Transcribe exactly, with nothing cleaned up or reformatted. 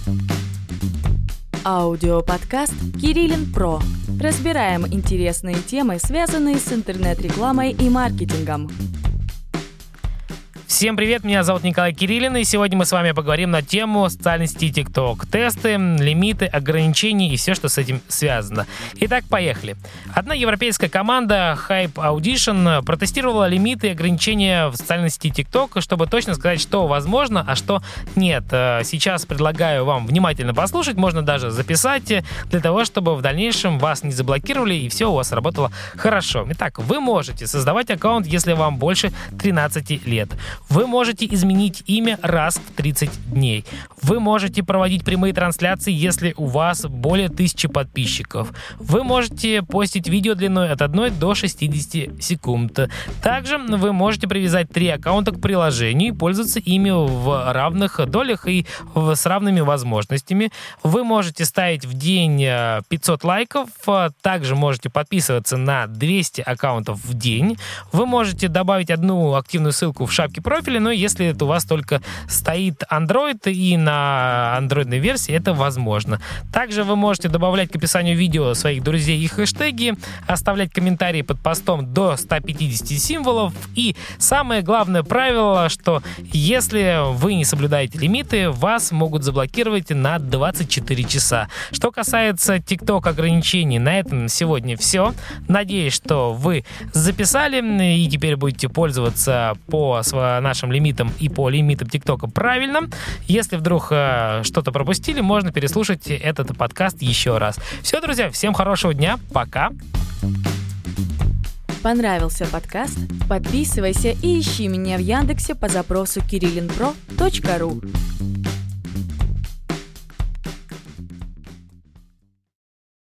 Аудиоподкаст «Кириллин Про». Разбираем интересные темы, связанные с интернет-рекламой и маркетингом. Всем привет, меня зовут Николай Кириллин, и сегодня мы с вами поговорим на тему социальности TikTok. Тесты, лимиты, ограничения и все, что с этим связано. Итак, поехали. Одна европейская команда Hype Audition протестировала лимиты и ограничения в социальности TikTok, чтобы точно сказать, что возможно, а что нет. Сейчас предлагаю вам внимательно послушать, можно даже записать, для того, чтобы в дальнейшем вас не заблокировали и все у вас работало хорошо. Итак, вы можете создавать аккаунт, если вам больше тринадцати лет. Вы можете изменить имя раз в тридцать дней. Вы можете проводить прямые трансляции, если у вас более тысячи подписчиков. Вы можете постить видео длиной от одной до шестидесяти секунд. Также вы можете привязать три аккаунта к приложению и пользоваться ими в равных долях и с равными возможностями. Вы можете ставить в день пятьсот лайков. Также можете подписываться на двести аккаунтов в день. Вы можете добавить одну активную ссылку в шапке профиля, но если это у вас только стоит Android и на андроидной версии, это возможно. Также вы можете добавлять к описанию видео своих друзей и хэштеги, оставлять комментарии под постом до ста пятидесяти символов. И самое главное правило, что если вы не соблюдаете лимиты, вас могут заблокировать на двадцать четыре часа. Что касается TikTok ограничений, на этом сегодня все. Надеюсь, что вы записали и теперь будете пользоваться по своему нашим лимитам и по лимитам ТикТока правильно. Если вдруг э, что-то пропустили, можно переслушать этот подкаст еще раз. Все, друзья, всем хорошего дня. Пока. Понравился подкаст? Подписывайся и ищи меня в Яндексе по запросу кириллин про точка ру.